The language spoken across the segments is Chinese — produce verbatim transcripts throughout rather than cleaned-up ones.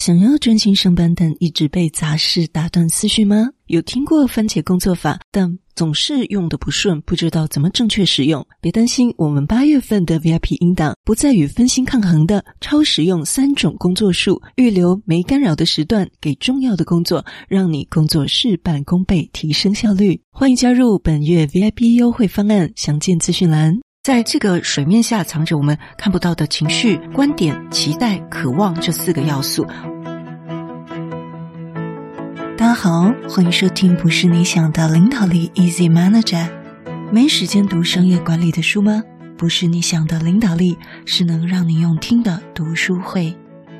想要专心上班但一直被杂事打断思绪吗？有听过番茄工作法，但总是用得不顺，不知道怎么正确使用？别担心，我们八月份的 V I P 音档不再与分心抗衡的超实用三种工作术，预留没干扰的时段给重要的工作，让你工作事半功倍，提升效率。欢迎加入本月 V I P 优惠方案，详见资讯栏。在这个水面下藏着我们看不到的情绪、观点、期待、渴望这四个要素。大家好，欢迎收听不是你想的领导力 Easy Manager。 没时间读商业管理的书吗？不是你想的领导力，是能让你用听的读书会。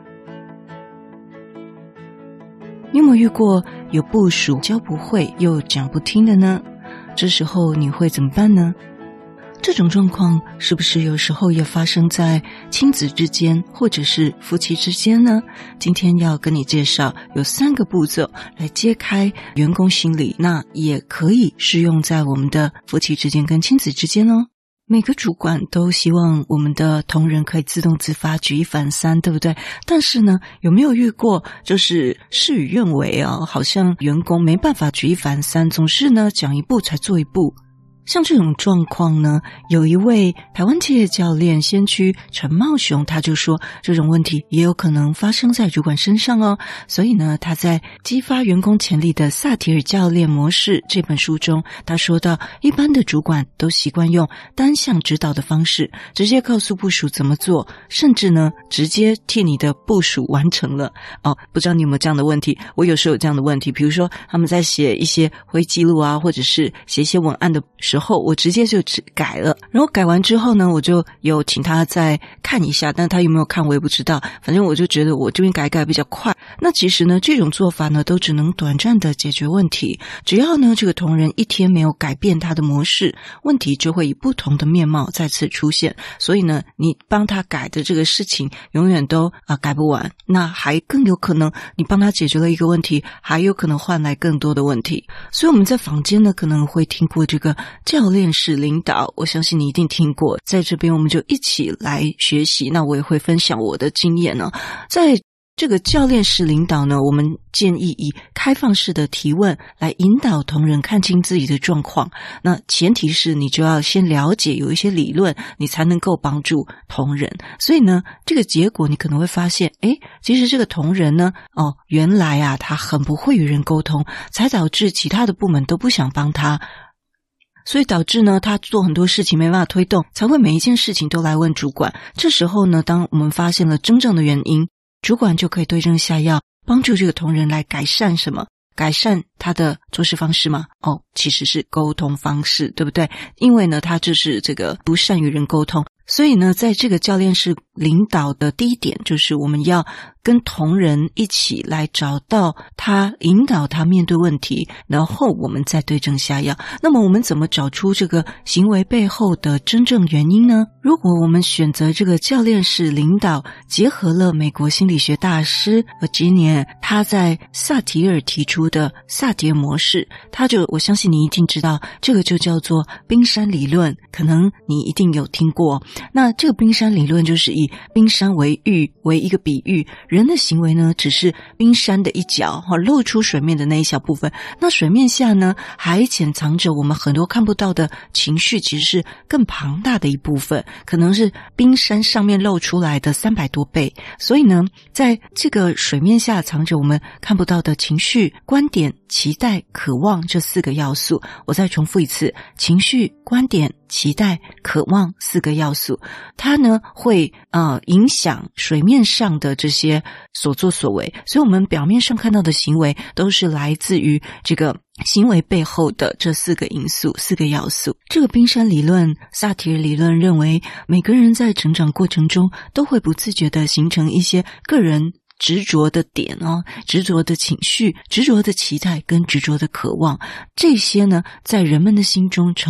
你有没有遇过有部属教不会又讲不听的呢？这时候你会怎么办呢？这种状况是不是有时候也发生在亲子之间或者是夫妻之间呢？今天要跟你介绍有三个步骤来揭开员工心理，那也可以适用在我们的夫妻之间跟亲子之间哦。每个主管都希望我们的同仁可以自动自发，举一反三，对不对？但是呢，有没有遇过就是事与愿违啊？好像员工没办法举一反三，总是呢讲一步才做一步。像这种状况呢，有一位台湾企业教练先驱陈茂雄，他就说这种问题也有可能发生在主管身上哦。所以呢，他在激发员工潜力的萨提尔教练模式这本书中，他说到一般的主管都习惯用单向指导的方式，直接告诉部属怎么做，甚至呢直接替你的部属完成了哦。不知道你有没有这样的问题？我有时候有这样的问题，比如说他们在写一些会议记录啊，或者是写一些文案的时候，后我直接就只改了，然后改完之后呢，我就有请他再看一下，但他有没有看我也不知道，反正我就觉得我这边改改比较快。那其实呢，这种做法呢都只能短暂的解决问题，只要呢这个同仁一天没有改变他的模式，问题就会以不同的面貌再次出现。所以呢，你帮他改的这个事情永远都啊改不完，那还更有可能你帮他解决了一个问题，还有可能换来更多的问题。所以我们在坊间呢可能会听过这个教练式领导，我相信你一定听过，在这边我们就一起来学习。那我也会分享我的经验呢。在这个教练式领导呢，我们建议以开放式的提问来引导同仁看清自己的状况。那前提是你就要先了解有一些理论，你才能够帮助同仁。所以呢，这个结果你可能会发现，诶，其实这个同仁呢，哦，原来啊他很不会与人沟通，才导致其他的部门都不想帮他。所以导致呢，他做很多事情没办法推动，才会每一件事情都来问主管。这时候呢，当我们发现了真正的原因，主管就可以对症下药，帮助这个同仁来改善什么？改善他的做事方式吗？哦，其实是沟通方式，对不对？因为呢，他就是这个不善与人沟通。所以呢，在这个教练式领导的第一点，就是我们要跟同仁一起来找到他，引导他面对问题，然后我们再对症下药。那么我们怎么找出这个行为背后的真正原因呢？如果我们选择这个教练式领导，结合了美国心理学大师 Virginia 他在萨提尔提出的萨提尔模式，他就我相信你一定知道，这个就叫做冰山理论，可能你一定有听过。那这个冰山理论就是以冰山为喻为一个比喻，人的行为呢只是冰山的一角，露出水面的那一小部分，那水面下呢还潜藏着我们很多看不到的情绪，其实是更庞大的一部分，可能是冰山上面露出来的三百多倍。所以呢，在这个水面下藏着我们看不到的情绪、观点、期待、渴望这四个要素。我再重复一次，情绪、观点、期待、渴望四个要素，它呢会呃影响水面上的这些所作所为。所以我们表面上看到的行为都是来自于这个行为背后的这四个因素、四个要素。这个冰山理论，萨提尔理论认为，每个人在成长过程中都会不自觉地形成一些个人执着的点哦，执着的情绪、执着的期待跟执着的渴望，这些呢在人们的心中成为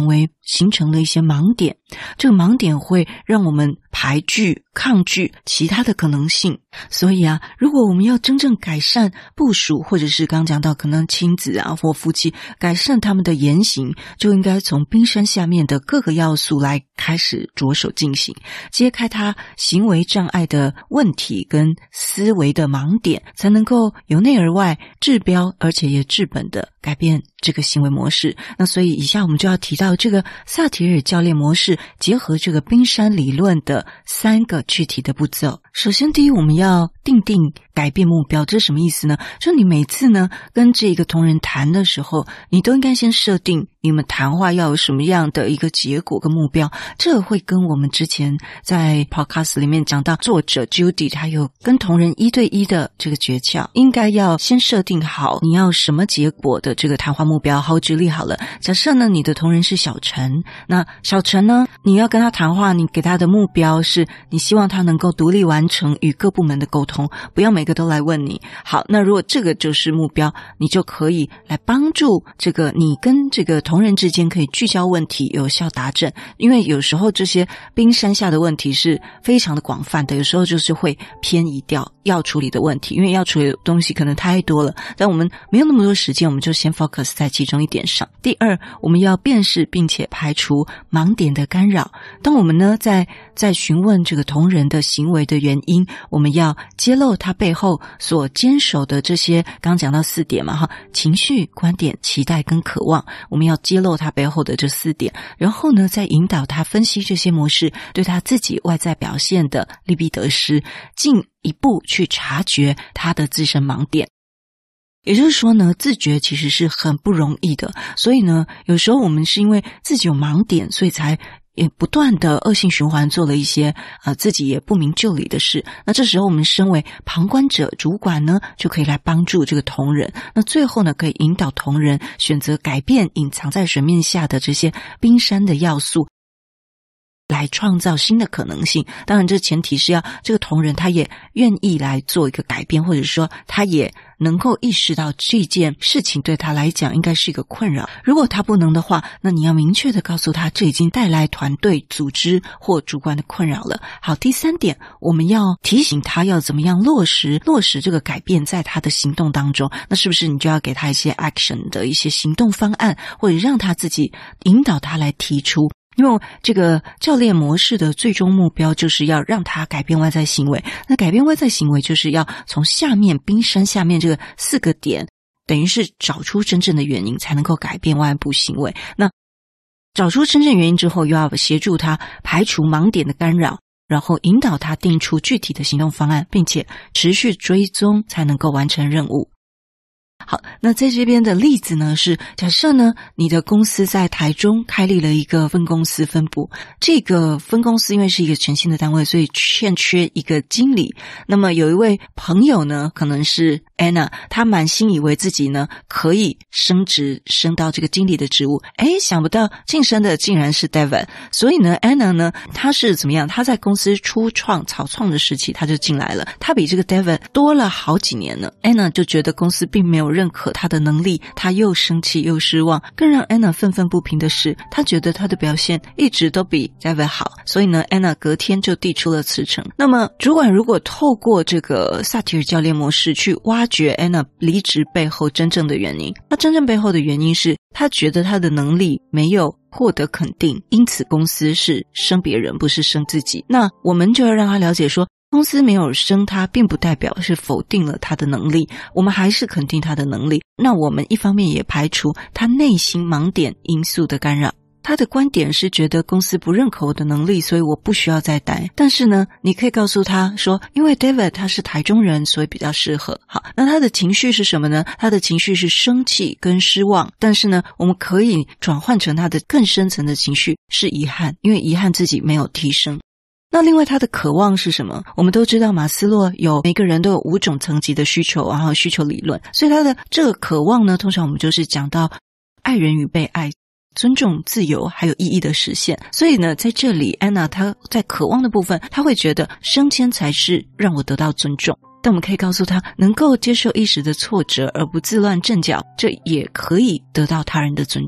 形成了一些盲点，这个盲点会让我们排拒抗拒其他的可能性。所以啊，如果我们要真正改善部属，或者是刚刚讲到可能亲子啊或夫妻改善他们的言行，就应该从冰山下面的各个要素来开始着手进行，揭开他行为障碍的问题跟思维的盲点，才能够由内而外治标而且也治本的改变这个行为模式。那所以以下我们就要提到这个萨提尔教练模式结合这个冰山理论的三个具体的步骤。首先第一，我们要定定改变目标。这是什么意思呢？就你每次呢跟这个同仁谈的时候，你都应该先设定你们谈话要有什么样的一个结果跟目标。这会跟我们之前在 podcast 里面讲到作者 Judy 他有跟同仁一对一的这个诀窍，应该要先设定好你要什么结果的这个谈话目标。好，举例好了，假设呢你的同仁是小陈，那小陈呢你要跟他谈话，你给他的目标是你希望他能够独立完成与各部门的沟通，不要每个都来问你。好，那如果这个就是目标，你就可以来帮助这个你跟这个同仁之间可以聚焦问题，有效达阵。因为有时候这些冰山下的问题是非常的广泛的，有时候就是会偏移掉要处理的问题，因为要处理的东西可能太多了，但我们没有那么多时间，我们就先 focus 在其中一点上。第二，我们要辨识并且排除盲点的干扰。当我们呢在在询问这个同仁的行为的原因，我们要揭露他背后所坚守的这些刚刚讲到四点嘛哈，情绪、观点、期待跟渴望，我们要揭露他背后的这四点，然后呢再引导他分析这些模式对他自己外在表现的利弊得失，进一步去察觉他的自身盲点。也就是说呢，自觉其实是很不容易的，所以呢有时候我们是因为自己有盲点，所以才也不断的恶性循环做了一些呃自己也不明就里的事。那这时候我们身为旁观者主管呢，就可以来帮助这个同仁，那最后呢可以引导同仁选择改变隐藏在水面下的这些冰山的要素，来创造新的可能性。当然这前提是要这个同仁他也愿意来做一个改变，或者说他也能够意识到这件事情对他来讲应该是一个困扰。如果他不能的话，那你要明确的告诉他这已经带来团队组织或主管的困扰了。好，第三点，我们要提醒他要怎么样落实落实这个改变在他的行动当中。那是不是你就要给他一些 action 的一些行动方案，或者让他自己引导他来提出。因为这个教练模式的最终目标就是要让他改变外在行为，那改变外在行为就是要从下面冰山下面这个四个点，等于是找出真正的原因，才能够改变外部行为。那找出真正原因之后，又要协助他排除盲点的干扰，然后引导他定出具体的行动方案，并且持续追踪，才能够完成任务。好，那在这边的例子呢是，假设呢你的公司在台中开立了一个分公司分部，这个分公司因为是一个全新的单位，所以欠缺一个经理。那么有一位朋友呢，可能是 Anna， 她满心以为自己呢可以升职升到这个经理的职务，诶，想不到晋升的竟然是 David。 所以呢 Anna 呢她是怎么样，她在公司初创草创的时期她就进来了，她比这个 David 多了好几年了。 Anna 就觉得公司并没有认可他的能力，他又生气又失望。更让 Anna 愤愤不平的是，他觉得他的表现一直都比 David 好，所以呢 Anna 隔天就递出了辞呈。那么主管如果透过这个萨提尔教练模式去挖掘 Anna 离职背后真正的原因，那真正背后的原因是他觉得他的能力没有获得肯定，因此公司是升别人不是升自己。那我们就要让他了解说，公司没有升他并不代表是否定了他的能力，我们还是肯定他的能力。那我们一方面也排除他内心盲点因素的干扰。他的观点是觉得公司不认可我的能力，所以我不需要再待。但是呢你可以告诉他说，因为 David 他是台中人，所以比较适合。好，那他的情绪是什么呢？他的情绪是生气跟失望，但是呢我们可以转换成他的更深层的情绪是遗憾，因为遗憾自己没有提升。那另外他的渴望是什么？我们都知道马斯洛有每个人都有五种层级的需求，然后需求理论，所以他的这个渴望呢，通常我们就是讲到爱人与被爱、尊重、自由还有意义的实现。所以呢在这里 Anna 她在渴望的部分，她会觉得升迁才是让我得到尊重，但我们可以告诉她，能够接受一时的挫折而不自乱阵脚，这也可以得到他人的尊重。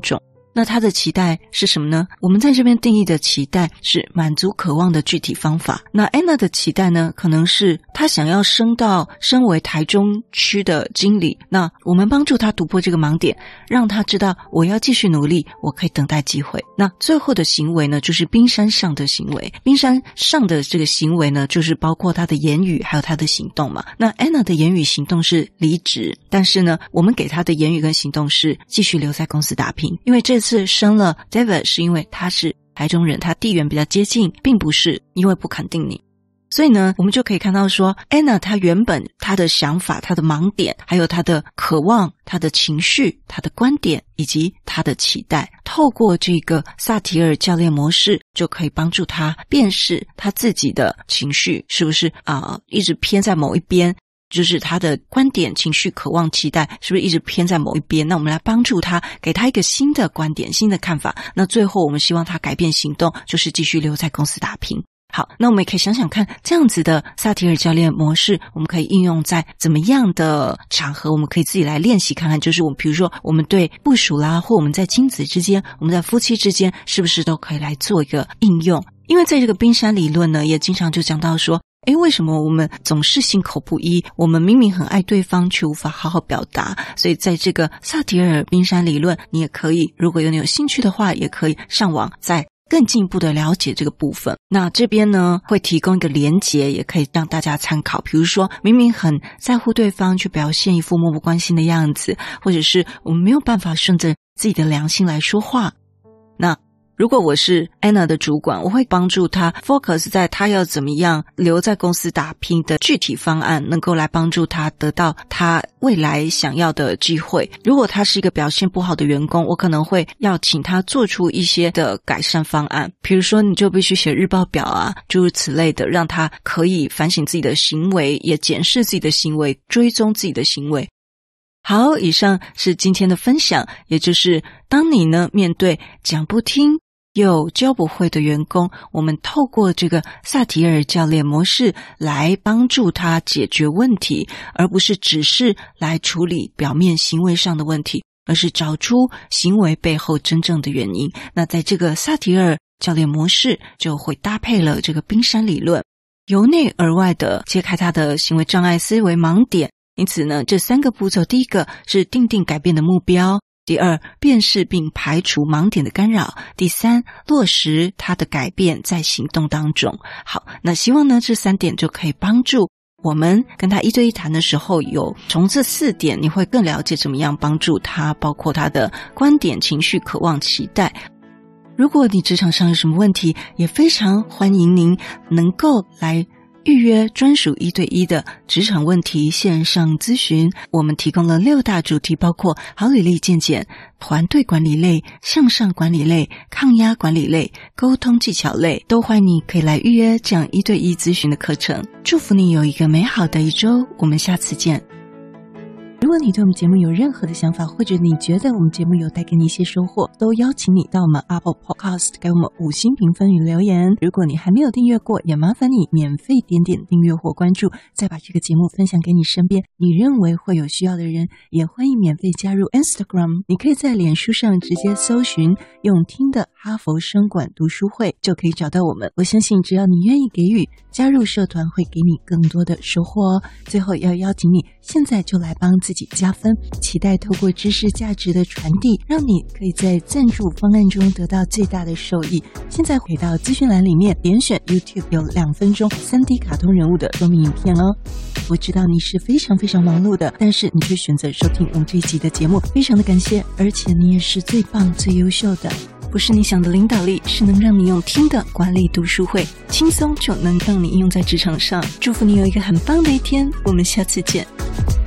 那他的期待是什么呢？我们在这边定义的期待是满足渴望的具体方法。那 Anna 的期待呢，可能是他想要升到身为台中区的经理，那我们帮助他突破这个盲点，让他知道我要继续努力，我可以等待机会。那最后的行为呢，就是冰山上的行为。冰山上的这个行为呢，就是包括他的言语还有他的行动嘛。那 Anna 的言语行动是离职，但是呢，我们给他的言语跟行动是继续留在公司打拼，因为这次升了 David 是因为他是台中人，他地缘比较接近，并不是因为不肯定你。所以呢，我们就可以看到说 Anna 她原本她的想法，她的盲点，还有她的渴望，她的情绪，她的观点以及她的期待，透过这个萨提尔教练模式就可以帮助她辨识她自己的情绪是不是啊、呃、一直偏在某一边，就是他的观点、情绪、渴望、期待是不是一直偏在某一边。那我们来帮助他，给他一个新的观点、新的看法。那最后我们希望他改变行动，就是继续留在公司打拼。好，那我们也可以想想看，这样子的萨提尔教练模式我们可以应用在怎么样的场合，我们可以自己来练习看看。就是我们比如说我们对部属啦，或我们在亲子之间，我们在夫妻之间，是不是都可以来做一个应用。因为在这个冰山理论呢，也经常就讲到说，诶，为什么我们总是心口不一？我们明明很爱对方，却无法好好表达。所以在这个萨提尔冰山理论，你也可以，如果有你有兴趣的话，也可以上网再更进一步的了解这个部分。那这边呢，会提供一个连结，也可以让大家参考。比如说，明明很在乎对方，却表现一副漠不关心的样子，或者是我们没有办法顺着自己的良心来说话。那如果我是 Anna 的主管，我会帮助他 focus 在他要怎么样留在公司打拼的具体方案，能够来帮助他得到他未来想要的机会。如果他是一个表现不好的员工，我可能会要请他做出一些的改善方案，比如说你就必须写日报表啊，诸如此类的，让他可以反省自己的行为，也检视自己的行为，追踪自己的行为。好，以上是今天的分享，也就是当你呢面对讲不听又教不会的员工，我们透过这个萨提尔教练模式来帮助他解决问题，而不是只是来处理表面行为上的问题，而是找出行为背后真正的原因。那在这个萨提尔教练模式就会搭配了这个冰山理论，由内而外的揭开他的行为障碍、思维盲点。因此呢，这三个步骤，第一个是定定改变的目标，第二，辨识并排除盲点的干扰，第三，落实他的改变在行动当中。好，那希望呢这三点就可以帮助我们跟他一对一谈的时候，有从这四点你会更了解怎么样帮助他，包括他的观点、情绪、渴望、期待。如果你职场上有什么问题，也非常欢迎您能够来预约专属一对一的职场问题线上咨询。我们提供了六大主题，包括好履历健检、团队管理类、向上管理类、抗压管理类、沟通技巧类，都欢迎你可以来预约这样一对一咨询的课程。祝福你有一个美好的一周，我们下次见。如果你对我们节目有任何的想法，或者你觉得我们节目有带给你一些收获，都邀请你到我们 Apple Podcast 给我们五星评分与留言。如果你还没有订阅过，也麻烦你免费点点订阅或关注，再把这个节目分享给你身边你认为会有需要的人。也欢迎免费加入 Instagram， 你可以在脸书上直接搜寻用听的哈佛声管读书会，就可以找到我们。我相信只要你愿意给予，加入社团会给你更多的收获哦。最后要邀请你现在就来帮自己加分，期待透过知识价值的传递，让你可以在赞助方案中得到最大的受益。现在回到资讯栏里面，点选 YouTube 有两分钟 三 D 卡通人物的说明影片哦。我知道你是非常非常忙碌的，但是你却选择收听我们这一集的节目，非常的感谢，而且你也是最棒最优秀的。不是你想的领导力，是能让你用听的管理读书会，轻松就能让你应用在职场上。祝福你有一个很棒的一天，我们下次见。